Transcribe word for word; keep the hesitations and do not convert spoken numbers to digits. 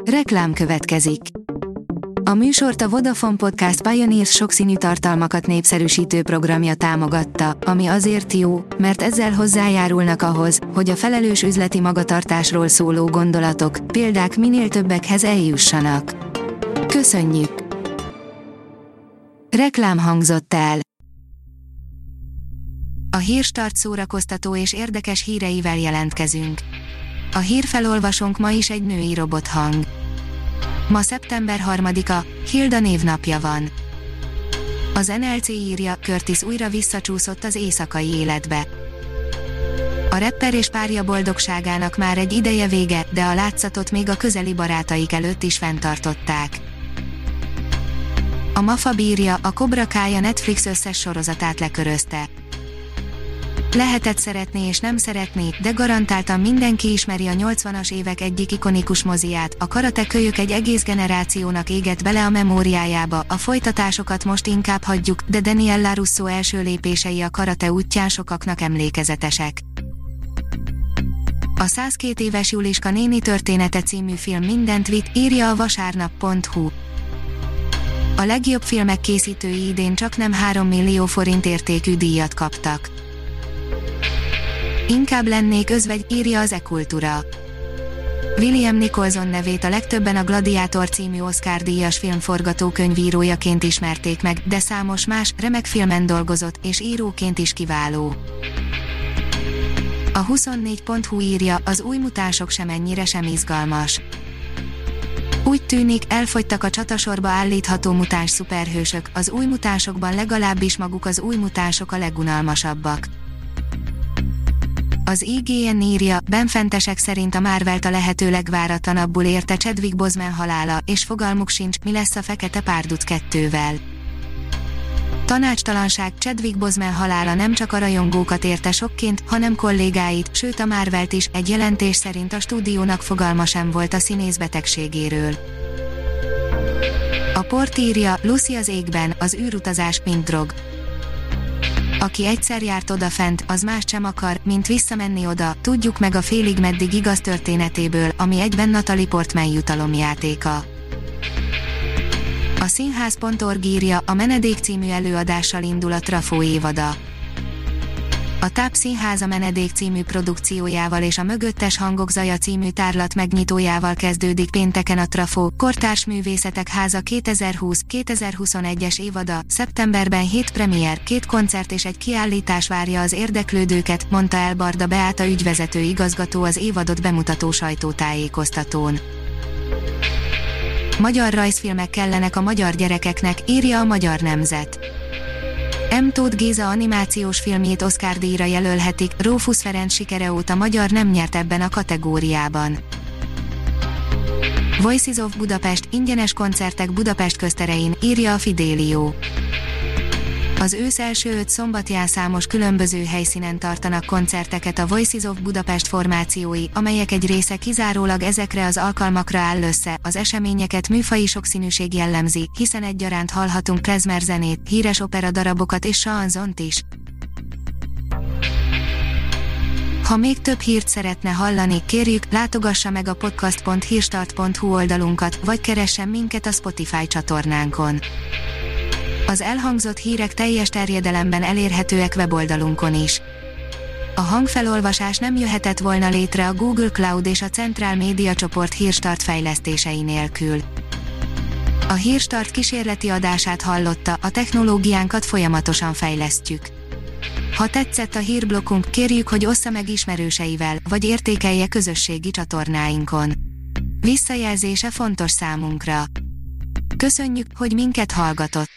Reklám következik. A műsort a Vodafone Podcast Pioneers sokszínű tartalmakat népszerűsítő programja támogatta, ami azért jó, mert ezzel hozzájárulnak ahhoz, hogy a felelős üzleti magatartásról szóló gondolatok, példák minél többekhez eljussanak. Köszönjük! Reklám hangzott el. A Hírstart szórakoztató és érdekes híreivel jelentkezünk. A hírfelolvasónk ma is egy női robothang. Ma szeptember harmadika, Hilda névnapja van. Az en el cé írja, Curtis újra visszacsúszott az éjszakai életbe. A rapper és párja boldogságának már egy ideje vége, de a látszatot még a közeli barátaik előtt is fenntartották. A MAFA bírja, a Cobra Kai a Netflix összes sorozatát lekörözte. Lehetett szeretni és nem szeretni, de garantáltan mindenki ismeri a nyolcvanas évek egyik ikonikus moziát, a Karate kölyök egy egész generációnak égett bele a memóriájába, a folytatásokat most inkább hagyjuk, de Daniel LaRusso első lépései a karate útján sokaknak emlékezetesek. A százkettő éves Juliska néni története című film mindent vitt, írja a vasárnap pont hu. A legjobb filmek készítői idén csaknem három millió forint értékű díjat kaptak. Inkább lennék özvegy, írja az e-kultúra. William Nicholson nevét a legtöbben a Gladiátor című Oscar-díjas film forgatókönyvírójaként ismerték meg, de számos más, remek filmen dolgozott, és íróként is kiváló. A huszonnégy pont hu írja, az új mutánsok sem ennyire sem izgalmas. Úgy tűnik, elfogytak a csatasorba állítható mutáns szuperhősök, az új mutánsokban legalábbis maguk az új mutánsok a legunalmasabbak. Az i gé en írja, benfentesek szerint a Marvelt a lehető legváratlanabbul érte Chadwick Boseman halála, és fogalmuk sincs, mi lesz a Fekete Párduc kettővel. Tanácstalanság, Chadwick Boseman halála nem csak a rajongókat érte sokként, hanem kollégáit, sőt a Marvelt is, egy jelentés szerint a stúdiónak fogalma sem volt a színész betegségéről. A Port írja, Lucy az égben, az űrutazás mint drog. Aki egyszer járt odafent, az más sem akar, mint visszamenni oda, tudjuk meg a Félig meddig igaz történetéből, ami egyben Natalie Portman jutalomjátéka. A színház pont org írja, a Menedék című előadással indul a Trafó évada. A TÁP Színház a Menedék című produkciójával és a Mögöttes hangok zaja című tárlat megnyitójával kezdődik pénteken a Trafó, Kortárs Művészetek Háza kétezer-húsz-kétezer-huszonegyes évada, szeptemberben hét premier, két koncert és egy kiállítás várja az érdeklődőket, mondta el Barda Beáta ügyvezető igazgató az évadot bemutató sajtótájékoztatón. Magyar rajzfilmek kellenek a magyar gyerekeknek, írja a Magyar Nemzet. M. Tóth Géza animációs filmjét Oscar-díjra jelölhetik, Rófusz Ferenc sikere óta magyar nem nyert ebben a kategóriában. Voices of Budapest, ingyenes koncertek Budapest közterein, írja a Fidelio. Az ősz első öt szombatján számos különböző helyszínen tartanak koncerteket a Voices of Budapest formációi, amelyek egy része kizárólag ezekre az alkalmakra áll össze, az eseményeket műfaji sokszínűség jellemzi, hiszen egyaránt hallhatunk klezmer zenét, híres operadarabokat és chansont is. Ha még több hírt szeretne hallani, kérjük, látogassa meg a podcast pont hírstart pont hu oldalunkat, vagy keressen minket a Spotify csatornánkon. Az elhangzott hírek teljes terjedelemben elérhetőek weboldalunkon is. A hangfelolvasás nem jöhetett volna létre a Google Cloud és a Centrál Média csoport Hírstart fejlesztései nélkül. A Hírstart kísérleti adását hallotta, a technológiánkat folyamatosan fejlesztjük. Ha tetszett a hírblokkunk, kérjük, hogy ossza meg ismerőseivel, vagy értékelje közösségi csatornáinkon. Visszajelzése fontos számunkra. Köszönjük, hogy minket hallgatott!